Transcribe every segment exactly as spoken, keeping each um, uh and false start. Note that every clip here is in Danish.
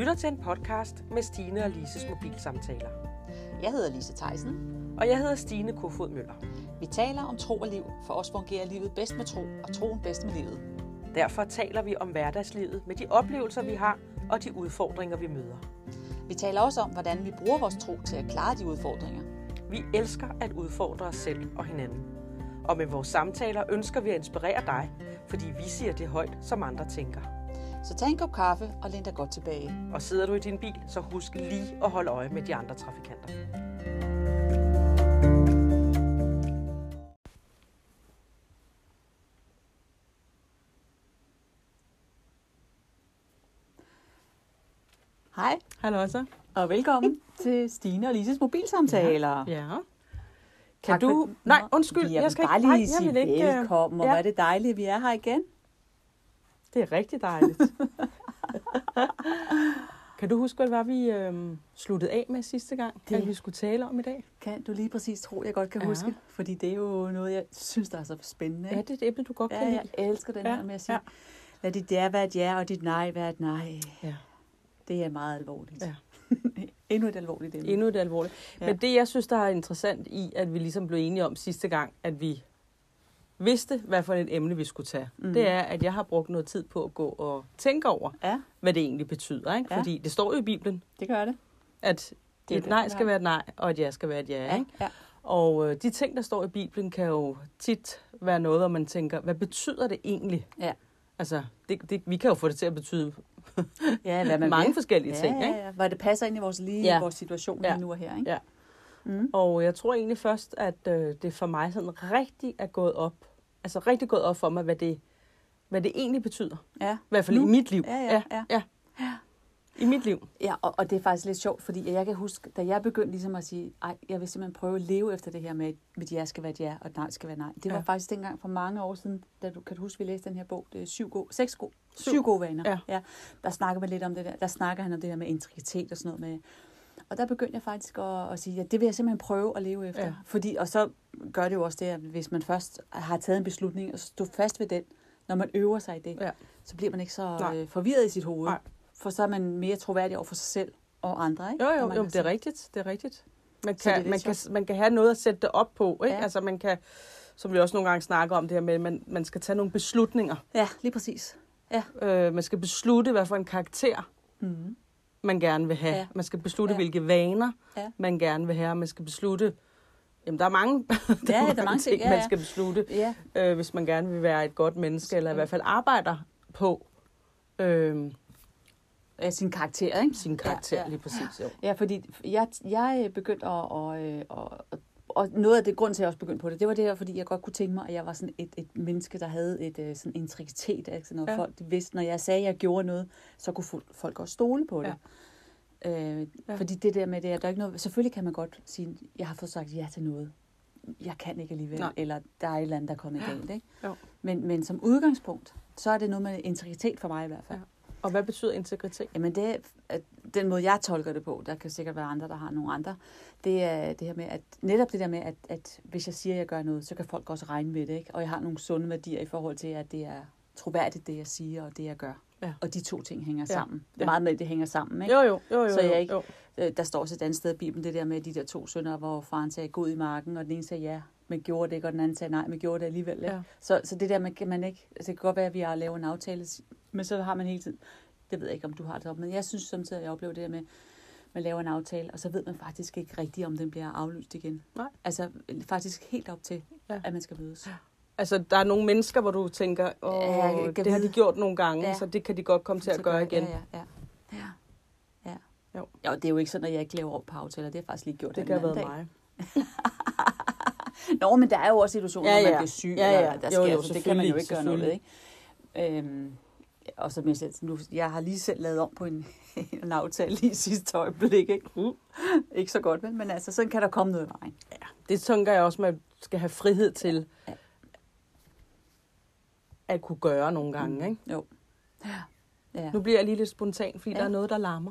lytter til en podcast med Stine og Lises mobilsamtaler. Jeg hedder Lise Theisen. Og jeg hedder Stine Kofod Møller. Vi taler om tro og liv. For os fungerer livet bedst med tro, og troen bedst med livet. Derfor taler vi om hverdagslivet med de oplevelser, vi har, og de udfordringer, vi møder. Vi taler også om, hvordan vi bruger vores tro til at klare de udfordringer. Vi elsker at udfordre os selv og hinanden. Og med vores samtaler ønsker vi at inspirere dig, fordi vi siger det højt, som andre tænker. Så tag en kop kaffe og læn dig godt tilbage. Og sidder du i din bil, så husk lige at holde øje med de andre trafikanter. Hej. Hallo så. Og velkommen til Stine og Lises mobilsamtaler. Ja. ja. Kan Tak du... For... Nej, undskyld. Jeg, jeg skal bare ikke... lige Nej, sige jeg ikke... velkommen, og ja. hvor er det dejligt, at vi er her igen. Det er rigtig dejligt. Kan du huske, hvad det var, vi øhm, sluttede af med sidste gang, det at vi skulle tale om i dag? Kan du lige præcis tro, jeg godt kan ja. huske? Fordi det er jo noget, jeg synes, der er så spændende. Ja, det er et emne, du godt ja, kan lide. Jeg elsker den ja. her med at sige, ja. lad dit ja være et ja, og dit nej være et nej. Ja. Det er meget alvorligt. Ja. Endnu et alvorligt emne. Endnu et alvorligt. Ja. Men det, jeg synes, der er interessant i, at vi ligesom blev enige om sidste gang, at vi vidste, hvad for et emne vi skulle tage. Mm. Det er, at jeg har brugt noget tid på at gå og tænke over, ja. hvad det egentlig betyder. Ikke? Ja. Fordi det står jo i Bibelen. Det gør det. At det et det, nej det, skal være et nej, og et ja skal være et ja. ja. Ikke? ja. Og øh, de ting, der står i Bibelen, kan jo tit være noget, hvor man tænker, hvad betyder det egentlig? Ja. Altså, det, det, vi kan jo få det til at betyde ja, hvad man mange vil. forskellige ja, ting. Ja, ikke? ja. Hvor det passer ind i vores, lige, ja. vores situation ja. lige nu og her. Ikke? Ja. Mm. Og jeg tror egentlig først, at øh, det for mig sådan rigtig er gået op. Altså rigtig gået op for mig, hvad det, hvad det egentlig betyder. Ja. I hvert fald nu. I mit liv. Ja, ja, ja. ja. ja. I mit liv. Ja, og, og det er faktisk lidt sjovt, fordi jeg kan huske, da jeg begyndte ligesom at sige, ej, jeg vil simpelthen prøve at leve efter det her med, at mit ja skal være et ja, og et nej skal være nej. Det var ja. faktisk dengang for mange år siden, da du kan du huske, vi læste den her bog, det er syv gode, seks gode, syv. syv gode vaner. Ja. Ja. Der snakker man lidt om det der, der snakker han om det her med integritet og sådan noget med. Og der begyndte jeg faktisk at, at sige, at det vil jeg simpelthen prøve at leve efter. Ja. Fordi, og så gør det jo også det, at hvis man først har taget en beslutning og stå fast ved den, når man øver sig i det, ja. så bliver man ikke så øh, forvirret i sit hoved. Nej. For så er man mere troværdig over for sig selv og andre. Ikke? Jo, jo, jo det er rigtigt. Det er rigtigt. Man kan, det man, kan, man kan have noget at sætte det op på. Ikke? Ja. Altså man kan, som vi også nogle gange snakker om det her med, at man, man skal tage nogle beslutninger. Ja, lige præcis. Ja. Øh, man skal beslutte, hvad for en karakter mm-hmm. man gerne vil have. Ja. Man skal beslutte, ja. hvilke vaner ja. man gerne vil have. Man skal beslutte... Jamen, der er mange, der ja, er mange, der mange ting, ja, ja. man skal beslutte, ja. øh, hvis man gerne vil være et godt menneske, eller i hvert fald arbejder på... Øh, Ja, sin karakter, ikke? Sin karakter, ja, ja. lige præcis. Jo. Ja, fordi jeg, jeg begyndte at... Og, og, og noget af det grund til, at jeg også begyndte på det, det var det her, fordi jeg godt kunne tænke mig, at jeg var sådan et, et menneske, der havde et sådan integritet. Altså når ja. folk vidste, når jeg sagde, at jeg gjorde noget, så kunne folk også stole på det. Ja. Øh, ja. Fordi det der med det, at der er ikke noget... Selvfølgelig kan man godt sige, at jeg har fået sagt ja til noget. Jeg kan ikke alligevel. Nej. Eller der er et eller andet, der er kommet galt. Ikke? Jo. Men, men som udgangspunkt, så er det noget med integritet for mig i hvert fald. Ja. Og hvad betyder integritet? Jamen det er, den måde jeg tolker det på, der kan sikkert være andre, der har nogle andre, det er det her med, at netop det der med, at, at hvis jeg siger, at jeg gør noget, så kan folk også regne med det, ikke? Og jeg har nogle sunde værdier i forhold til, at det er troværdigt, det jeg siger, og det jeg gør. Ja. Og de to ting hænger ja. sammen. Det er meget med, at det hænger sammen, ikke? Jo, jo, jo, jo. Så jeg ikke, jo. Der står også et andet sted i Bibelen, det der med de der to sønner, hvor faren sagde, gå ud i marken, og den ene sagde ja, men gjorde det ikke, og den anden sagde nej, men gjorde det alligevel. Ja. Så, så det der med, kan man ikke, altså det kan godt være, at vi har lavet en aftale, men så har man hele tiden, det ved jeg ikke, om du har det op, men jeg synes samtidig, at jeg oplever det der med, man laver en aftale, og så ved man faktisk ikke rigtigt, om den bliver aflyst igen. Nej. Altså faktisk helt op til, ja. at man skal mødes. Ja. Altså, der er nogle mennesker, hvor du tænker, åh, ja, det vide. har de gjort nogle gange, ja. så det kan de godt komme til at gøre igen. Ja, ja, ja. ja. ja. Jo. Jo, det er jo ikke sådan, at jeg ikke laver op på aftaler. Det har jeg faktisk lige gjort det den kan anden dag. Det kan have været mig. Nå, men der er jo også situationer, ja, ja. hvor man bliver syg, ja, ja. eller der sker, jo, jo, så det kan man jo ikke gøre noget ved, ikke? Øhm, og som jeg selv, nu, jeg har lige selv lavet om på en, en aftale lige i sidste øjeblik, ikke? Uh. Ikke så godt, men, men altså, sådan kan der komme noget i vejen. Ja, det tænker jeg også, man skal have frihed til ja. Ja. at kunne gøre nogle gange, ikke? Jo. Ja. Ja. Nu bliver jeg lige lidt spontan, fordi ja. der er noget, der larmer.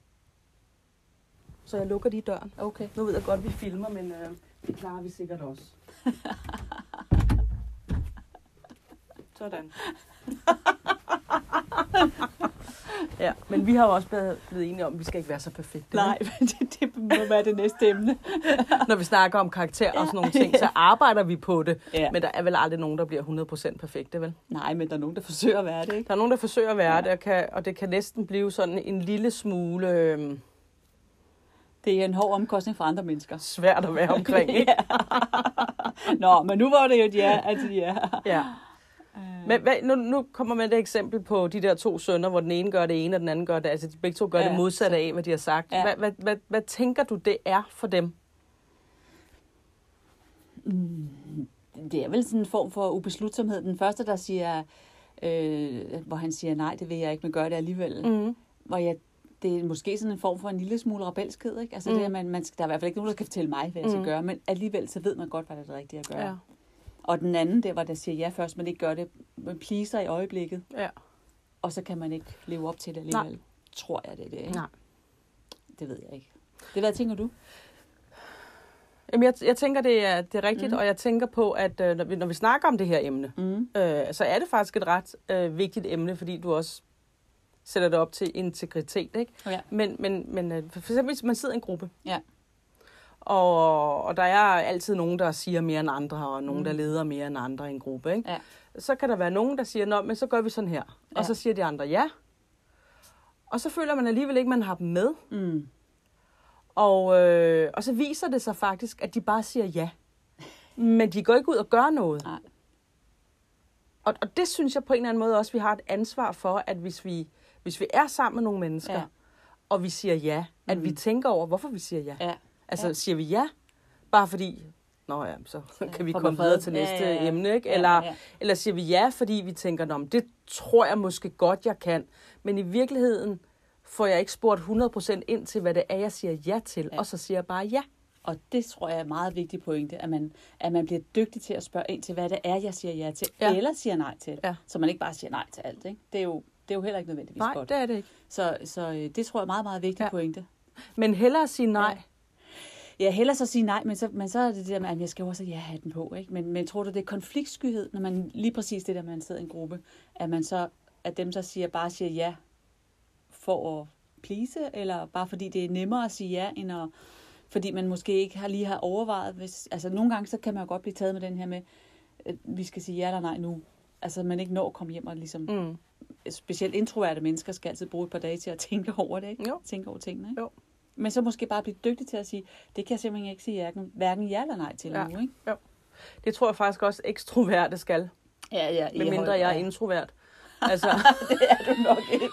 Så jeg lukker lige døren. Okay. Nu ved jeg godt, at vi filmer, men øh, det klarer vi sikkert også. Sådan. Ja, men vi har jo også blevet, blevet enige om, at vi skal ikke være så perfekte. Nej, men det, det må være det næste emne. Når vi snakker om karakter og sådan nogle ting, så arbejder vi på det. Ja. Men der er vel aldrig nogen, der bliver hundrede procent perfekte, vel? Nej, men der er nogen, der forsøger at være det, ikke? Der er nogen, der forsøger at være ja. det, og, kan, og det kan næsten blive sådan en lille smule... Øh, det er en hård omkostning for andre mennesker. Svært at være omkring, ikke? Nå, men nu var det jo et ja, altså ja. Ja. Men hvad, nu, nu kommer man et eksempel på de der to sønner, hvor den ene gør det ene, og den anden gør det. Altså, de begge to gør ja, det modsatte af, hvad de har sagt. Ja. Hvad, hvad, hvad, hvad tænker du, det er for dem? Mm, det er vel sådan en form for ubeslutsomhed. Den første, der siger, øh, hvor han siger, nej, det vil jeg ikke, men gør det alligevel. Mm. Hvor jeg, det er måske sådan en form for en lille smule rebelskhed, ikke? Altså, mm. det er, man, man, der er i hvert fald ikke nogen, der skal fortælle mig, hvad jeg skal mm. gøre, men alligevel så ved man godt, hvad det er det rigtige at gøre. Ja. Og den anden, det var, der siger ja først, men ikke gør det. Man pleaser i øjeblikket. Ja. Og så kan man ikke leve op til det alligevel. Nej. Tror jeg, det er det, ikke? Nej. Det ved jeg ikke. Det hvad tænker du? Jamen, jeg, jeg tænker, det er, det er rigtigt, mm. og jeg tænker på, at øh, når, vi, når vi snakker om det her emne, mm. øh, så er det faktisk et ret øh, vigtigt emne, fordi du også sætter det op til integritet, ikke? Ja. Men, men, men øh, for eksempel, hvis man sidder i en gruppe, ja. Og, og der er altid nogen, der siger mere end andre, og nogen, mm. der leder mere end andre i en gruppe, ikke? Ja. Så kan der være nogen, der siger, nå, men så gør vi sådan her. Ja. Og så siger de andre ja. Og så føler man alligevel ikke, man har dem med. Mm. Og, øh, og så viser det sig faktisk, at de bare siger ja. Men de går ikke ud og gør noget. Nej. Og, og det synes jeg på en eller anden måde også, vi har et ansvar for, at hvis vi, hvis vi er sammen med nogle mennesker, ja. Og vi siger ja, at mm. vi tænker over, hvorfor vi siger ja. Ja. Altså, ja. Siger vi ja, bare fordi, nå ja, så kan vi komme videre til næste ja, ja, ja. emne, ikke? Eller, ja, ja. Eller siger vi ja, fordi vi tænker, nå, det tror jeg måske godt, jeg kan. Men i virkeligheden får jeg ikke spurgt hundrede procent ind til, hvad det er, jeg siger ja til, ja. Og så siger jeg bare ja. Og det tror jeg er meget vigtigt pointe, at man, at man bliver dygtig til at spørge ind til, hvad det er, jeg siger ja til, ja. Eller siger nej til. Ja. Så man ikke bare siger nej til alt, ikke? Det er jo, det er jo heller ikke nødvendigvis nej, godt. Nej, det er det ikke. Så, så det tror jeg er meget, meget vigtigt ja. Pointe. Men hellere sige nej. Ja. Ja, hellere så sige nej, men så, men så er det det der med, at jeg skal også ja, have den på, ikke? Men, men tror du, det er konfliktskyhed, når man lige præcis det der, man sidder i en gruppe, at man så, at dem så siger, bare siger ja for at please, eller bare fordi det er nemmere at sige ja, end at, fordi man måske ikke har lige har overvejet, hvis, altså nogle gange, så kan man jo godt blive taget med den her med, at vi skal sige ja eller nej nu, altså man ikke når at komme hjem og ligesom, mm. specielt introverte mennesker skal altid bruge et par dage til at tænke over det, ikke? Jo. Tænke over tingene, ikke? Jo. Men så måske bare blive dygtig til at sige, det kan jeg simpelthen ikke sige hverken, hverken ja eller nej til ja. Nu, ikke? Jo. Det tror jeg faktisk også ekstroverte skal. Ja, ja. Med mindre jeg er introvert. Altså, det er du nok ikke.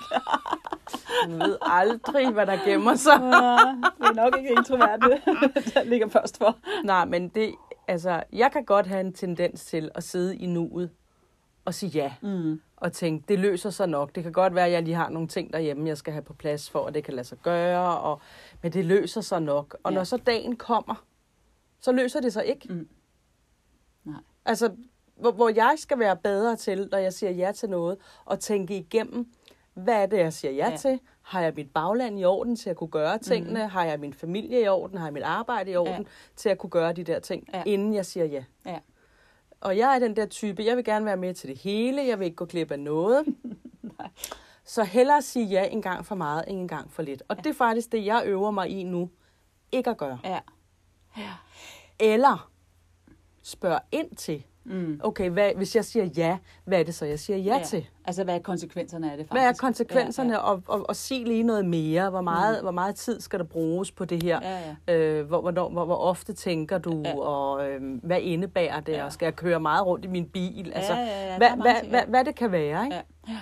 Man ved aldrig, hvad der gemmer sig. Ja, det er nok ikke introverte, der ligger først for. Nej, men det, altså, jeg kan godt have en tendens til at sidde i nuet og sige ja. Mm. Og tænke, det løser sig nok. Det kan godt være, at jeg lige har nogle ting derhjemme, jeg skal have på plads for, at det kan lade sig gøre. Og, men det løser sig nok. Og ja. Når så dagen kommer, så løser det sig ikke. Mm. Nej. Altså, hvor, hvor jeg skal være bedre til, når jeg siger ja til noget, og tænke igennem, hvad er det, jeg siger ja, ja. Til? Har jeg mit bagland i orden til at kunne gøre tingene? Mm. Har jeg min familie i orden? Har jeg mit arbejde i orden ja. Til at kunne gøre de der ting, ja. Inden jeg siger ja? Ja. Og jeg er den der type, jeg vil gerne være med til det hele, jeg vil ikke gå glip af noget. Nej. Så hellere sige ja en gang for meget, end en gang for lidt. Og ja. Det er faktisk det, jeg øver mig i nu, ikke at gøre. Ja. Ja. Eller spørg ind til, mm. okay, hvad, hvis jeg siger ja, hvad er det så, jeg siger ja, ja. Til? Altså, hvad er konsekvenserne af det faktisk? Hvad er konsekvenserne, ja, ja. Og, og, og sig lige noget mere. Hvor meget, mm. hvor meget tid skal der bruges på det her? Ja, ja. Øh, hvor, hvor, hvor, hvor ofte tænker du, ja. Og øh, hvad indebærer det? Ja. Og skal jeg køre meget rundt i min bil? Altså, ja, ja, ja. Hvad, hvad, ting, ja. hvad, hvad det kan være, ikke? Ja. Ja.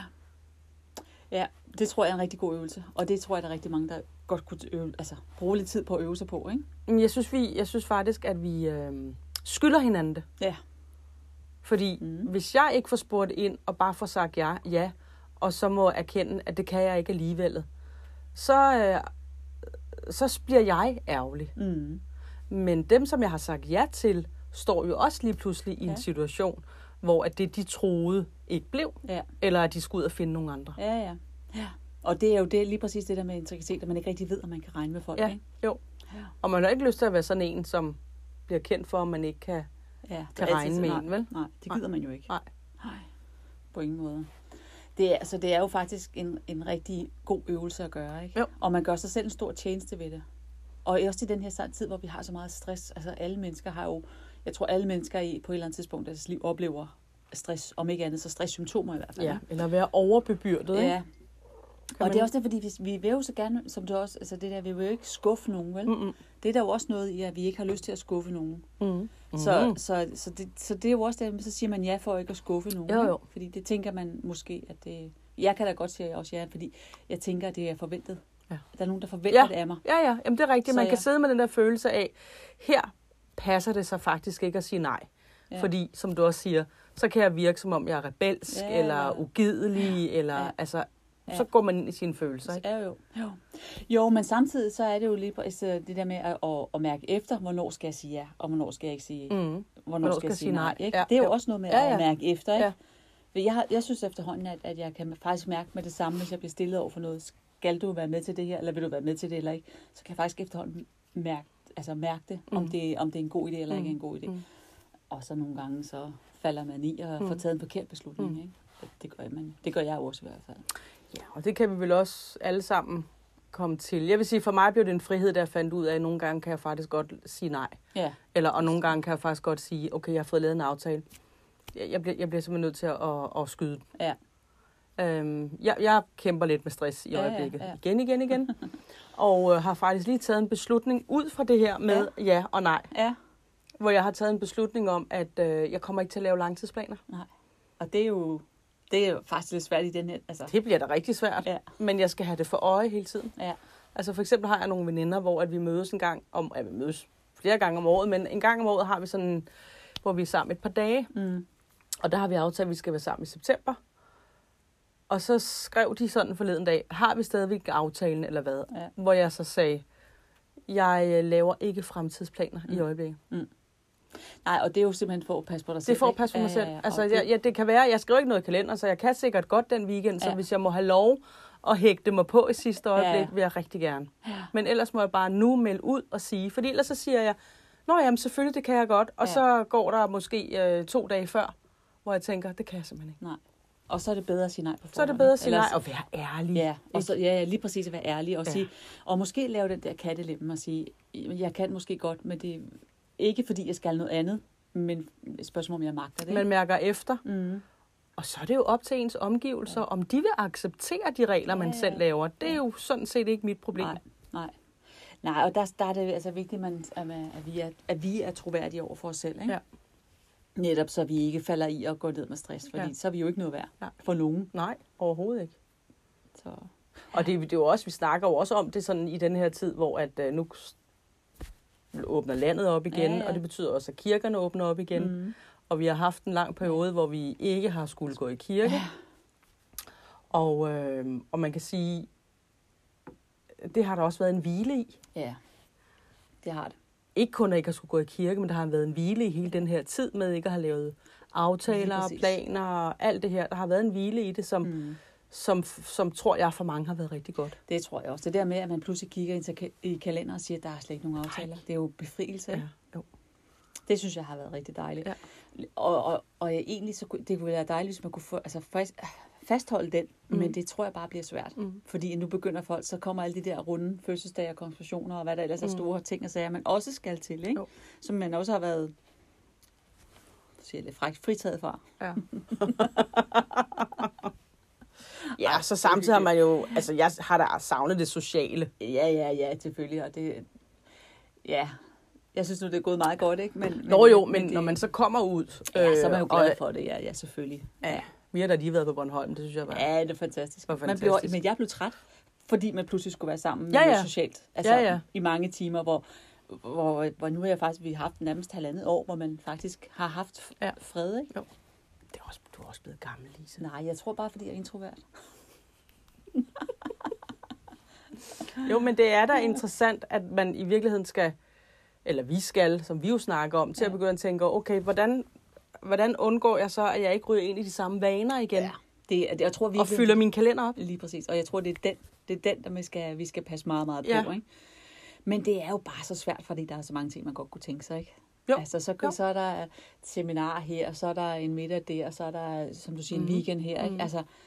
Ja, det tror jeg er en rigtig god øvelse. Og det tror jeg, der er rigtig mange, der godt kunne øve, altså, bruge lidt tid på at øve sig på, ikke? Jeg synes, vi, jeg synes faktisk, at vi øh, skylder hinanden det. Ja. Fordi mm. hvis jeg ikke får spurgt ind, og bare får sagt ja, ja, og så må erkende, at det kan jeg ikke alligevel, så, øh, så bliver jeg ærgerlig. Mm. Men dem, som jeg har sagt ja til, står jo også lige pludselig i ja. En situation, hvor at det, de troede, ikke blev, ja. Eller at de skulle ud og finde nogle andre. Ja, ja. Ja. Og det er jo det, lige præcis det der med integritet, at man ikke rigtig ved, om man kan regne med folk. Ja, ikke? Jo. Ja. Og man har ikke lyst til at være sådan en, som bliver kendt for, at man ikke kan, ja, kan regne med en, vel? Nej, det gider nej. Man jo ikke. Nej. Nej, på ingen måde. Det er, altså, det er jo faktisk en, en rigtig god øvelse at gøre, ikke? Jo. Og man gør sig selv en stor tjeneste ved det. Og også i den her tid, hvor vi har så meget stress. Altså alle mennesker har jo, jeg tror alle mennesker i på et eller andet tidspunkt i deres liv oplever stress, om ikke andet, så stresssymptomer i hvert fald. Ja, eller være overbebyrdet, ikke? Ja. Og det er også det, fordi vi, vi vil jo så gerne, som du også, altså det der, vi vil jo ikke skuffe nogen, vel? Mm-mm. Det er der jo også noget i, at vi ikke har lyst til at skuffe nogen. Mm-hmm. Så, så, så, det, så det er jo også det, så siger man ja for ikke at skuffe nogen. Jo, jo. Fordi det tænker man måske, at det... Jeg kan da godt sige også ja, fordi jeg tænker, at det er forventet. Ja. Der er nogen, der forventer ja. det af mig. Ja, ja. Jamen, det er rigtigt. Så man kan ja. sidde med den der følelse af, her passer det sig faktisk ikke at sige nej. Ja. Fordi, som du også siger, så kan jeg virke, som om jeg er rebelsk, ja. eller ugidelig, eller ja. altså... Ja. Så går man ind i sine følelser, ikke? Ja, jo. jo. Jo, men samtidig så er det jo lige præcis det der med at, at, at mærke efter, hvornår skal jeg sige ja, og hvornår skal jeg ikke sige, mm. hvornår, hvornår skal, skal jeg sige nej. Ikke? Ja. Det er jo ja. også noget med ja, ja. at mærke efter, ikke? Ja. Jeg, har, jeg synes efterhånden, at, at jeg kan faktisk mærke med det samme, hvis jeg bliver stillet over for noget. Skal du være med til det her, eller vil du være med til det, eller ikke? Så kan jeg faktisk efterhånden mærke, altså mærke det, mm. om det, om det er en god idé, eller mm. ikke er en god idé. Mm. Og så nogle gange, så falder man i og mm. får taget en forkert beslutning, mm. ikke? Det gør, man, det gør jeg også i hvert fald. Ja, og det kan vi vel også alle sammen komme til. Jeg vil sige, for mig blev det en frihed, der jeg fandt ud af, at nogle gange kan jeg faktisk godt sige nej. Ja. Eller, og nogle gange kan jeg faktisk godt sige, okay, jeg har fået lavet en aftale. Jeg, jeg, bliver, jeg bliver simpelthen nødt til at, at, at skyde. Ja. Øhm, jeg, jeg kæmper lidt med stress i øjeblikket. Ja, ja, ja. Igen, igen, igen. og øh, har faktisk lige taget en beslutning ud fra det her med ja, ja og nej. Ja. Hvor jeg har taget en beslutning om, at øh, jeg kommer ikke til at lave langtidsplaner. Nej. Og det er jo... Det er jo faktisk lidt svært i den her. Altså. Det bliver da rigtig svært, ja. Men jeg skal have det for øje hele tiden. Ja. Altså for eksempel har jeg nogle veninder, hvor at vi mødes en gang om, ja, vi mødes flere gange om året, men en gang om året har vi sådan, hvor vi er sammen et par dage. Mm. Og der har vi aftalt, at vi skal være sammen i september. Og så skrev de sådan forleden dag, har vi stadigvæk aftalen eller hvad? Ja. Hvor jeg så sagde, jeg laver ikke fremtidsplaner mm. i øjeblikket. Mm. Nej, og det er jo simpelthen for at passe på dig selv. Det er for at passe på mig selv. Ja, ja, ja. Altså, jeg, ja, det kan være, jeg skriver ikke noget i kalender, så jeg kan sikkert godt den weekend, så ja. hvis jeg må have lov at hægte mig på i sidste øjeblik, ja, ja. vil jeg rigtig gerne. Ja. Men ellers må jeg bare nu melde ud og sige, fordi ellers så siger jeg, nå jamen selvfølgelig, det kan jeg godt, og ja. så går der måske øh, to dage før, hvor jeg tænker, det kan jeg simpelthen ikke. Nej. Og så er det bedre at sige nej på forhånd. Så er det bedre at sige nej og være ærlig. Ja, og så, ja, lige præcis at være ærlig og ja. sige, og måske lave den der kattelemme og sige, jeg kan måske godt, men det er ikke fordi, jeg skal noget andet. Men et spørgsmål, om jeg magter det. Man mærker efter. Mm. Og så er det jo op til ens omgivelser, ja. om de vil acceptere de regler, man ja, selv laver. Det er ja. jo sådan set ikke mit problem. Nej, nej. nej og der, der er det altså vigtigt, man, at, at, vi er, at vi er troværdige over for os selv. Ikke? Ja. Netop så vi ikke falder i at gå ned med stress, fordi ja. så er vi jo ikke noget værd ja. for nogen. Nej, overhovedet ikke. Så. Og det, det er jo også, vi snakker jo også om det sådan i den her tid, hvor at uh, nu åbner landet op igen, ja, ja. og det betyder også, at kirkerne åbner op igen. Mm. Og vi har haft en lang periode, hvor vi ikke har skulle gå i kirke. Ja. Og, øh, og man kan sige, det har der også været en hvile i. Ja, det har det. Ikke kun at ikke at skulle gå i kirke, men der har været en hvile i hele den her tid med ikke at have lavet aftaler, planer og alt det her. Der har været en hvile i det, som... Mm. Som, som tror jeg for mange har været rigtig godt. Det tror jeg også. Det der med, at man pludselig kigger i kalenderen og siger, at der er slet ikke nogen aftaler. Nej. Det er jo befrielse. Ja, jo. Det synes jeg har været rigtig dejligt. Ja. Og, og, og jeg, egentlig så det kunne være dejligt, hvis man kunne få, altså, faktisk, fastholde den, mm. men det tror jeg bare bliver svært. Mm. Fordi nu begynder folk, så kommer alle de der runde fødselsdage og konfirmationer og hvad der ellers er store mm. ting og sager, man også skal til, ikke? Som man også har været siger jeg lidt frækt, fritaget fra. Ja. Ja, så samtidig har man jo, altså jeg har da savnet det sociale. Ja, ja, ja, selvfølgelig, og det, ja, jeg synes nu, det er gået meget godt, ikke? Men, Nå jo, men, men det, når man så kommer ud. Ja, så er man jo glad for det, ja, ja, selvfølgelig. Ja, vi har da lige været på Bornholm, det synes jeg var. Ja, det er fantastisk. Var fantastisk. Man blev, men jeg blev træt, fordi man pludselig skulle være sammen ja, ja. socialt, altså ja, ja. i mange timer, hvor, hvor, hvor nu har jeg faktisk, vi har haft nærmest halvandet år, hvor man faktisk har haft ja. fred, ikke? Jo. Det er også, du er også blevet gammel, Lise. Nej, jeg tror bare, fordi jeg er introvert. Jo, men det er da interessant, at man i virkeligheden skal, eller vi skal, som vi jo snakker om, til ja. at begynde at tænke, okay, hvordan, hvordan undgår jeg så, at jeg ikke ryger ind i de samme vaner igen? Ja, det, jeg tror, vi og fylder min kalender op? Lige præcis, og jeg tror, det er den, det er den der vi skal, vi skal passe meget, meget på. Ja. Ikke? Men det er jo bare så svært, fordi der er så mange ting, man godt kunne tænke sig, ikke? Jo. Altså, så, så er der et seminar her, så er der en middag der, så er der, som du siger, en weekend her, ikke? Mm. Altså,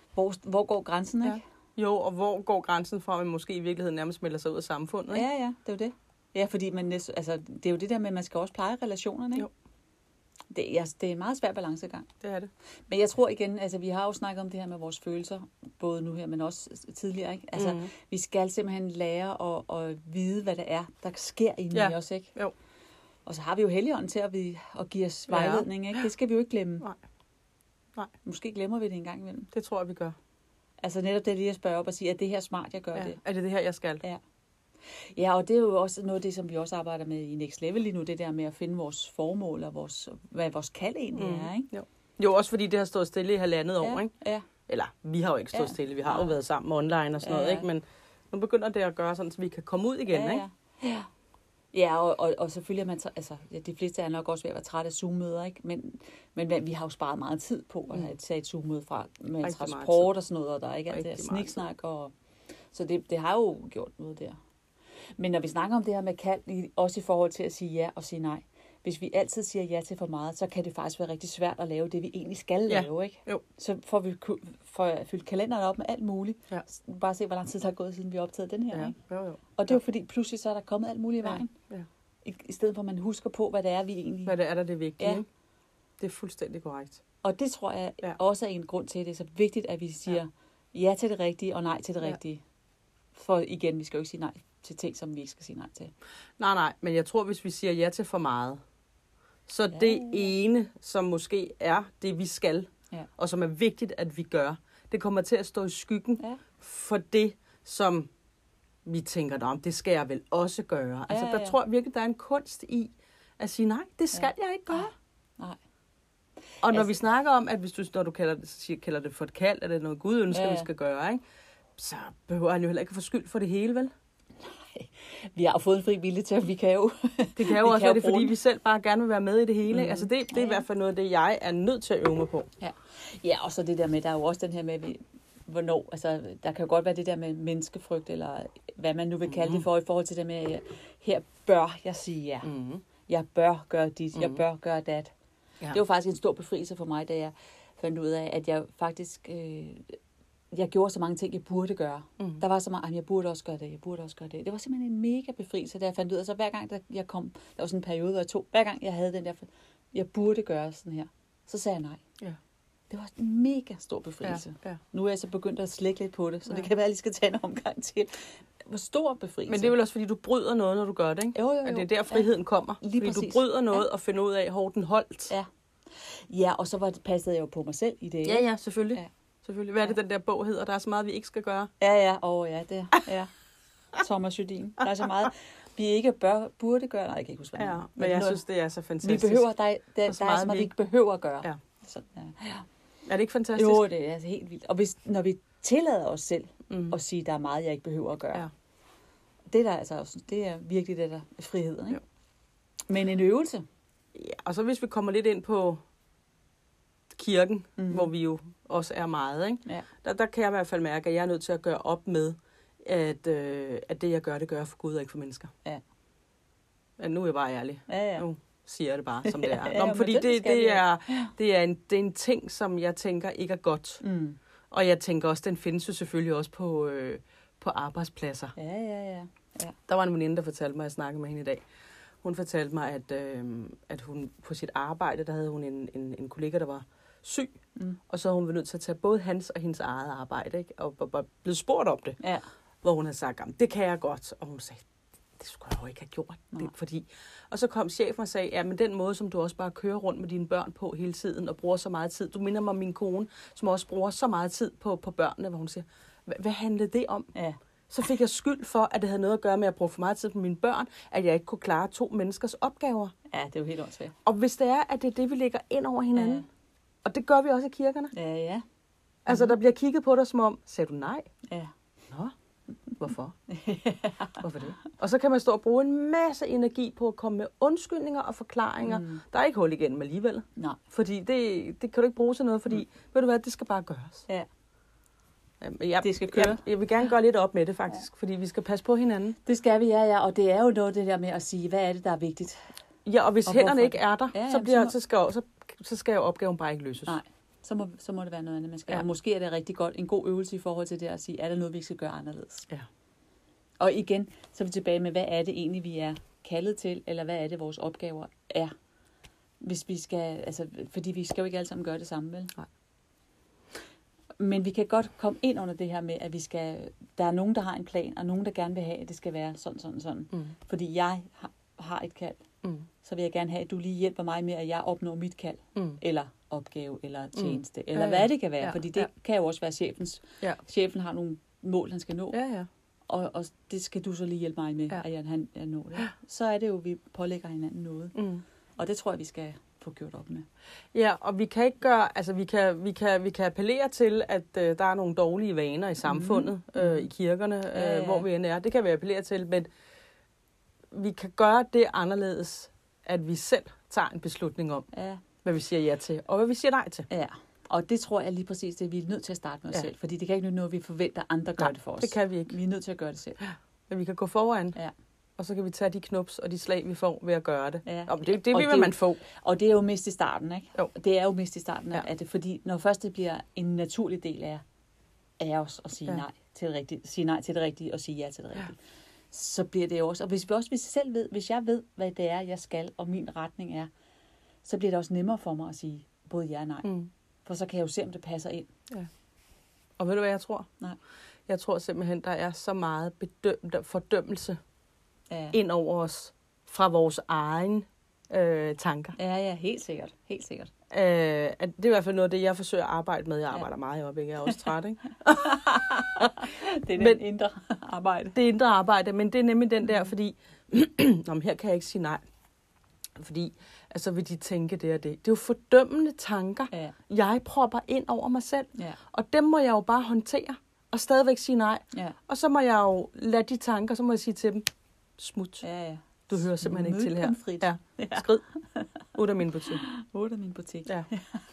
Hvor, hvor går grænsen, ikke? Ja. Jo, og hvor går grænsen fra, at man måske i virkeligheden nærmest melder sig ud af samfundet, ikke? Ja, ja, det er jo det. Ja, fordi man, altså, det er jo det der med, at man skal også pleje relationerne, ikke? Jo. Det, altså, det er en meget svær balancegang. Det er det. Men jeg tror igen, altså vi har jo snakket om det her med vores følelser, både nu her, men også tidligere, ikke? Altså, mm. vi skal simpelthen lære at, at vide, hvad det er, der sker inde ja. i os, ikke? Jo. Og så har vi jo Helligånden til at, vi, at give os vejledning, ikke? Det skal vi jo ikke glemme. Nej. Nej. Måske glemmer vi det en gang imellem. Det tror jeg, vi gør. Altså netop det lige at spørge op og sige, er det her smart, jeg gør ja. det? Er det det her, jeg skal? Ja. Ja, og det er jo også noget af det, som vi også arbejder med i Next Level lige nu, det der med at finde vores formål og vores, hvad vores kald egentlig mm. er, ikke? Jo. jo, også fordi det har stået stille i halvandet ja. år, ikke? Ja. Eller, vi har jo ikke stået ja. stille, vi har ja. jo været sammen online og sådan ja. noget, ikke? Men nu begynder det at gøre sådan, så vi kan komme ud igen, ja, ikke? Ja, ja og, og, og selvfølgelig er man, altså, ja, de fleste er nok også ved at være trætte af Zoom-møder, ikke? Men, men vi har jo sparet meget tid på at have taget et Zoom-møde fra med rigtig transport og sådan noget, og der er ikke alt det her sniksnak, og så det, det har jo gjort noget der. Men når vi snakker om det her med kald, også i forhold til at sige ja og sige nej, hvis vi altid siger ja til for meget, så kan det faktisk være rigtig svært at lave det, vi egentlig skal ja. lave, ikke? Jo. Så får vi får fyldt kalenderen op med alt muligt. Ja. Bare se, hvor lang tid der er gået, siden vi har optaget den her, ja. ikke? Jo, jo. Og det er jo fordi, pludselig så er der kommet alt muligt i vejen. Ja. Ja. I, I stedet for, at man husker på, hvad det er, vi egentlig... Hvad det er, der er det vigtige, ja. ikke? Det er fuldstændig korrekt. Og det tror jeg ja. også er en grund til, at det er så vigtigt, at vi siger ja, ja til det rigtige og nej til det ja. rigtige. For igen, vi skal jo ikke sige nej til ting, som vi ikke skal sige nej til. Nej, nej, men jeg tror, hvis vi siger ja til for meget, så ja, det ja. ene, som måske er det, vi skal, ja. og som er vigtigt, at vi gør, det kommer til at stå i skyggen ja. for det, som vi tænker, om det skal jeg vel også gøre. Ja, altså, der ja, ja. tror jeg virkelig, der er en kunst i at sige, nej, det skal ja. jeg ikke gøre. Nej. Og når altså, vi snakker om, at hvis du, når du kalder det, siger, kalder det for et kald, er det noget Gud ønsker, ja, ja. vi skal gøre, ikke? Så behøver han jo heller ikke få skyld for det hele, vel? Nej, vi har jo fået en fri vilje til, at vi kan jo... Det kan jo også være det, fordi vi selv bare gerne vil være med i det hele. Mm. Altså det, det er ja, ja. i hvert fald noget af det, jeg er nødt til at øve mig på. Ja, ja, og så det der med, der er jo også den her med, vi, hvornår... Altså, der kan jo godt være det der med menneskefrygt, eller hvad man nu vil kalde mm. det for, i forhold til det med, her bør jeg sige ja. Mm. Jeg bør gøre dit, mm. jeg bør gøre dat. Ja. Det var faktisk en stor befrielse for mig, da jeg fandt ud af, at jeg faktisk... Øh, jeg gjorde så mange ting, jeg burde gøre. Mm. Der var så meget, jeg burde også gøre det, jeg burde også gøre det. Det var simpelthen en mega befrielse, da jeg fandt ud af, så hver gang, der jeg kom, der var sådan en periode, hvor jeg tog, hver gang jeg havde den der, jeg burde gøre sådan her, så sagde jeg nej. Ja. Det var en mega stor befrielse. Ja, ja. Nu er jeg så begyndt at slække lidt på det, så ja. det kan være, at jeg lige skal tage en omgang til. Hvor stor befrielse. Men det er vel også, fordi du bryder noget, når du gør det, ikke? Jo, jo, jo. At det er der, friheden ja. kommer. Lige fordi præcis. du bryder noget ja. og finder ud af, hvor den holdt. Ja. Ja, og så var det, passede jeg jo på mig selv i det. Ja, ja, selvfølgelig. Ja. Selvfølgelig. Hvad er det, ja. den der bog hedder? Der er så meget, vi ikke skal gøre. Ja, ja. Åh, oh, ja, det ja. Thomas Judin. Der er så meget, vi ikke bør, burde gøre. Nej, jeg kan ikke huske, hvad ja, men, men jeg noget, synes, det er så fantastisk. Vi behøver, der, der, der er så meget, vi ikke behøver at gøre. Ja. Så, ja. Er det ikke fantastisk? Jo, det er altså helt vildt. Og hvis, når vi tillader os selv mm. at sige, at der er meget, jeg ikke behøver at gøre. Ja. Det, der, altså, det er virkelig det der frihed. Ikke? Men en øvelse. Ja, og så hvis vi kommer lidt ind på kirken, mm. hvor vi jo også er meget, ikke? Ja. Der, der kan jeg i hvert fald mærke, at jeg er nødt til at gøre op med, at, øh, at det, jeg gør, det gør jeg for Gud og ikke for mennesker. Ja. Men nu er jeg bare ærlig. Ja, ja. Nu siger jeg det bare, som det er. Nå, ja, fordi det, det, det, er, det, er en, det er en ting, som jeg tænker ikke er godt. Mm. Og jeg tænker også, den findes jo selvfølgelig også på, øh, på arbejdspladser. Ja, ja, ja, ja. Der var en veninde, der fortalte mig, at jeg snakkede med hende i dag. Hun fortalte mig, at, øh, at hun på sit arbejde, der havde hun en, en, en kollega, der var syg. Mm. Og så havde hun været nødt til at tage både hans og hendes eget arbejde, ikke? Og var blevet spurgt om det. Ja. Hvor hun havde sagt, det kan jeg godt. Og hun sagde, det skulle jeg jo ikke have gjort. Det, fordi... Og så kom chefen og sagde, ja, men den måde, som du også bare kører rundt med dine børn på hele tiden, og bruger så meget tid. Du minder mig om min kone, som også bruger så meget tid på, på børnene, hvor hun siger, hvad handlede det om? Ja. Så fik jeg skyld for, at det havde noget at gøre med at bruge for meget tid på mine børn, at jeg ikke kunne klare to menneskers opgaver. Ja, det er jo helt åndssvagt. Og hvis det er, at det er det, vi lægger ind over hinanden, ja. Og det gør vi også i kirkerne. Ja, ja. Mm-hmm. Altså, der bliver kigget på dig som om, sagde du nej? Ja. Nå, hvorfor? Hvorfor det? Og så kan man stå og bruge en masse energi på at komme med undskyldninger og forklaringer. Mm. Der er ikke hul igennem alligevel. Nej. Fordi det, det kan du ikke bruge til noget, fordi, mm. ved du hvad, det skal bare gøres. Ja. Jeg, det skal køre. Jeg, jeg vil gerne gøre lidt op med det, faktisk. Ja. Fordi vi skal passe på hinanden. Det skal vi, ja, ja. Og det er jo noget det der med at sige, hvad er det, der er vigtigt? Ja, og hvis og hænderne ikke er der, ja, ja, så, bliver, så, skal, så, så skal jo opgaven bare ikke løses. Nej. så må, så må det være noget andet, man skal. Ja. Og måske er det rigtig godt, en god øvelse i forhold til det at sige, er der noget, vi ikke skal gøre anderledes? Ja. Og igen, så er vi tilbage med, hvad er det egentlig, vi er kaldet til, eller hvad er det, vores opgaver er? Hvis vi skal, altså, fordi vi skal jo ikke alle sammen gøre det samme, vel? Nej. Men vi kan godt komme ind under det her med, at vi skal, der er nogen, der har en plan, og nogen, der gerne vil have, at det skal være sådan, sådan, sådan. Mm. Fordi jeg har, har et kald, mm. så vil jeg gerne have, at du lige hjælper mig med, at jeg opnår mit kald, mm. eller opgave, eller tjeneste, mm. eller ja, ja. hvad det kan være. Ja, fordi det ja. kan jo også være chefens. Ja. Chefen har nogle mål, han skal nå. Ja, ja. Og, og det skal du så lige hjælpe mig med, ja. at jeg, han, jeg når det. Ja. Så er det jo, at vi pålægger hinanden noget. Mm. Og det tror jeg, vi skal få gjort op med. Ja, og vi kan ikke gøre, altså vi kan, vi kan, vi kan appellere til, at øh, der er nogle dårlige vaner i samfundet, mm. øh, i kirkerne, øh, ja, ja. hvor vi end er. Det kan vi appellere til, men vi kan gøre det anderledes, at vi selv tager en beslutning om, ja. hvad vi siger ja til, og hvad vi siger nej til. Ja, og det tror jeg lige præcis, det vi er nødt til at starte med os ja. selv, fordi det kan ikke nytte noget, vi forventer, at andre gør Nej, det for os. det kan vi ikke. Vi er nødt til at gøre det selv. Ja. Men vi kan gå foran. Ja. Og så kan vi tage de knups og de slag, vi får ved at gøre det. Ja. Og det, det vil det, man få. Og det er jo mest i starten, ikke? Jo. Det er jo mest i starten ja. af det, fordi når først det bliver en naturlig del af, af os at sige, ja. nej til det rigtige, sige nej til det rigtige og sige ja til det rigtige, ja. så bliver det jo også. Og hvis vi også hvis selv ved, hvis jeg ved, hvad det er, jeg skal, og min retning er, så bliver det også nemmere for mig at sige både ja og nej. Mm. For så kan jeg jo se, om det passer ind. Ja. Og ved du, hvad jeg tror? Nej. Jeg tror simpelthen, der er så meget bedømt, fordømmelse ja. ind over os fra vores egen øh, tanker. Ja, ja, helt sikkert. Helt sikkert. Øh, at det er i hvert fald noget af det, jeg forsøger at arbejde med. Jeg arbejder ja. meget i øjeblikket. Jeg er også træt, ikke? Det er den men, indre arbejde. Det indre arbejde, men det er nemlig den der, fordi Nå, her kan jeg ikke sige nej. Fordi, altså vil de tænke det og det. Det er jo fordømmende tanker, ja. jeg propper ind over mig selv. Ja. Og dem må jeg jo bare håndtere. Og stadigvæk sige nej. Ja. Og så må jeg jo lade de tanker, så må jeg sige til dem, smut. Ja, ja. Du hører simpelthen Mød ikke til her. Frit. Ja. Ja. Skrid. Ud af min butik. Ud af min butik. Ja.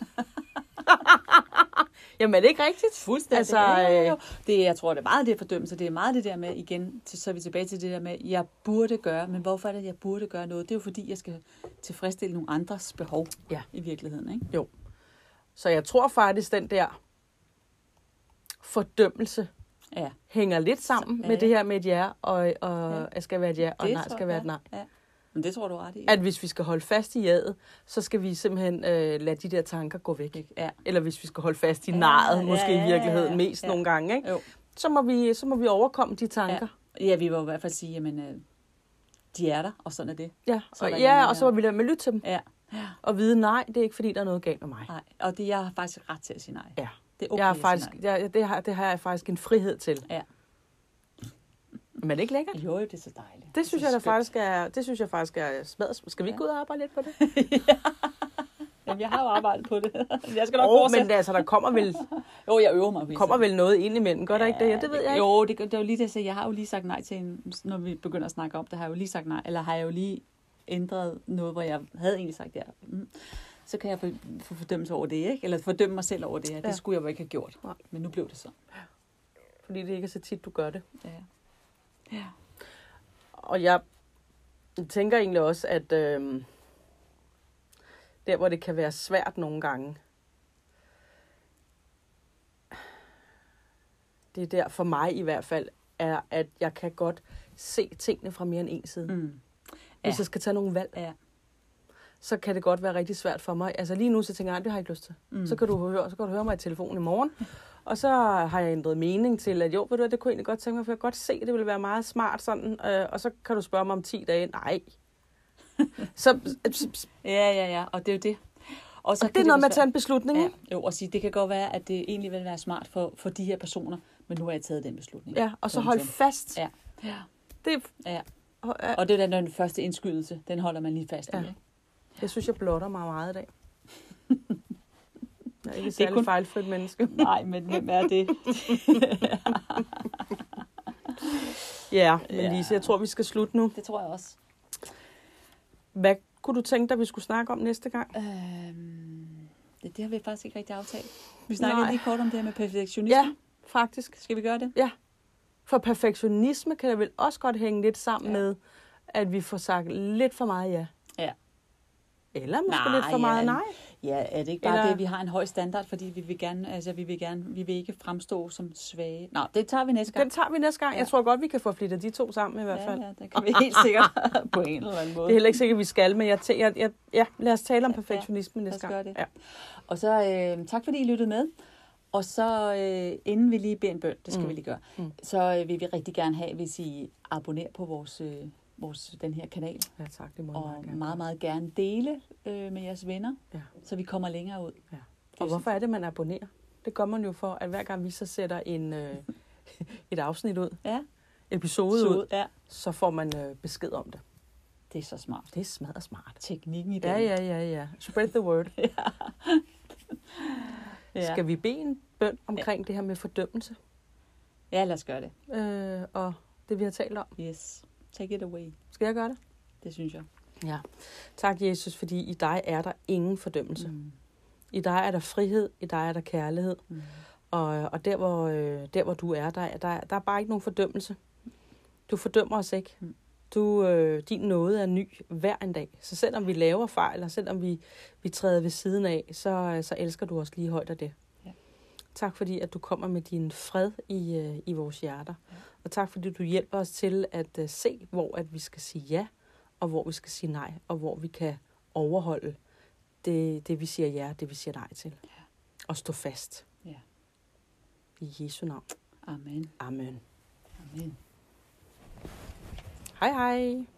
Jamen er det ikke rigtigt? Fuldstændig. Altså, ja, jo. Det, jeg tror, det er meget det fordømmelse. Det er meget det der med, igen, så er vi tilbage til det der med, jeg burde gøre, men hvorfor er det, jeg burde gøre noget? Det er jo fordi, jeg skal tilfredsstille nogle andres behov ja. i virkeligheden, ikke? Jo. Så jeg tror faktisk, den der fordømmelse ja. hænger lidt sammen ja, med det her med et ja, og, og ja. jeg skal være et ja, og nej skal være et nej. Ja. Men det tror du ret i. At hvis vi skal holde fast i jaet, så skal vi simpelthen øh, lade de der tanker gå væk. Ja. Eller hvis vi skal holde fast i ja, nejet, ja, måske ja, ja, i virkeligheden ja, ja. mest ja. nogle gange, ikke? Så, må vi, så må vi overkomme de tanker. Ja, ja vi må i hvert fald sige, jamen, øh, de er der, og sådan er det. Ja, og, ja, jamen, og så må vi lade med lytte til dem. Ja. Ja. Og vide, nej, det er ikke fordi, der er noget galt med mig. Nej, og det, jeg har faktisk ret til at sige nej. Ja. Det er okay jeg har faktisk, jeg, det, har, det har jeg faktisk en frihed til. Ja. Men er det ikke lækkert? Jo, det er så dejligt. Det, det synes jeg da faktisk er, det synes jeg faktisk er smadret. Skal vi ikke ja. gå ud og arbejde lidt på det? ja. Jamen, jeg har jo arbejdet på det. Jeg skal nok oh, men altså, der kommer vel... jo, jeg øver mig. Kommer vel noget ind imellem, gør ja, der ikke det? Ja, det ved jeg ikke. Jo, det, det er jo lige det, så jeg har jo lige sagt nej til en, når vi begynder at snakke om det, har jeg jo lige sagt nej, eller har jeg jo lige ændret noget, hvor jeg havde egentlig sagt ja. Mm. Så kan jeg få, få fordømmelse over det, ikke? Eller fordømme mig selv over det her. Ja. Det skulle jeg jo ikke have gjort. Nej. Men nu blev det så. Fordi det ikke er så tit, du gør det. Ja. Ja. Og jeg tænker egentlig også, at øh, der, hvor det kan være svært nogle gange, det er der for mig i hvert fald, er, at jeg kan godt se tingene fra mere end en side. Mm. Hvis ja. jeg skal tage nogle valg, ja. så kan det godt være rigtig svært for mig. Altså lige nu, så tænker jeg, det har jeg ikke lyst til. Mm. Så kan du høre, så kan du høre mig i telefonen i morgen. Og så har jeg ændret mening til, at jo, ved du hvad, det kunne jeg egentlig godt tænke mig, for jeg kan godt se, at det ville være meget smart sådan. Øh, og så kan du spørge mig om ti dage. Nej. så, ja, ja, ja. Og det er jo det. Og, så og det er noget med at tage en beslutning. Ja, jo, og sige, det kan godt være, at det egentlig vil være smart for, for de her personer, men nu har jeg taget den beslutning. Ja, og så hold fast. Ja. Ja. Det, ja. Og, ja. og det er den første indskydelse, den holder man lige fast i. Ja. Jeg synes, jeg blotter mig meget i dag. Jeg er ikke et særlig kun... fejlfrit menneske. Nej, men hvem er det? ja, men ja. Lise, jeg tror, vi skal slutte nu. Det tror jeg også. Hvad kunne du tænke dig, vi skulle snakke om næste gang? Øhm, det, det har vi faktisk ikke rigtig aftalt. Vi snakker Nej. lige kort om det her med perfektionisme. Ja, faktisk. Skal vi gøre det? Ja. For perfektionisme kan det vel også godt hænge lidt sammen ja. med, at vi får sagt lidt for meget ja. Ja. Eller måske nej, lidt for meget ja. nej. Ja, er det ikke bare Eller... det, vi har en høj standard, fordi vi vil gerne, altså vi vil gerne, vi vil ikke fremstå som svage. Nå, det tager vi næste gang. Den tager vi næste gang. Ja. Jeg tror godt, vi kan få flettet de to sammen i hvert fald. Ja, ja, det kan vi helt sikkert på en eller anden måde. Det er heller ikke sikkert, vi skal, men jeg tæ- jeg, jeg, ja, lad os tale om perfektionisme ja, næste gang. Det. Ja. Og så øh, tak, fordi I lyttede med. Og så øh, inden vi lige beder en bøn, det skal mm. vi lige gøre, mm. så øh, vil vi rigtig gerne have, hvis I abonnerer på vores... Øh, vores, den her kanal. Ja, tak. Det må og meget gerne. meget, meget gerne dele øh, med jeres venner, ja. Så vi kommer længere ud. Ja. Og hvorfor er det, man abonnerer? Det gør man jo for, at hver gang vi så sætter en, øh, et afsnit ud, ja. episode så, ud, ja. så får man øh, besked om det. Det er så smart. Det er smadret smart. Teknikken i det. Ja, ja, ja, ja. Spread the word. ja. ja. Skal vi bede en bøn omkring ja. det her med fordømmelse? Ja, lad os gøre det. Øh, og det, vi har talt om. Yes. Take it away. Skal jeg gøre det? Det synes jeg. Ja. Tak, Jesus, fordi i dig er der ingen fordømmelse. Mm. I dig er der frihed, i dig er der kærlighed. Mm. Og, og der, hvor, øh, der, hvor du er, der, der, der er bare ikke nogen fordømmelse. Du fordømmer os ikke. Mm. Du, øh, din nåde er ny hver en dag. Så selvom vi laver fejl, og selvom vi, vi træder ved siden af, så, så elsker du os lige højt af det. Ja. Tak, fordi at du kommer med din fred i, øh, i vores hjerter. Ja. Og tak, fordi du hjælper os til at uh, se, hvor at vi skal sige ja, og hvor vi skal sige nej, og hvor vi kan overholde det, det vi siger ja, det vi siger nej til. Ja. Og stå fast. Ja. I Jesu navn. Amen. Amen. Amen. Hej hej.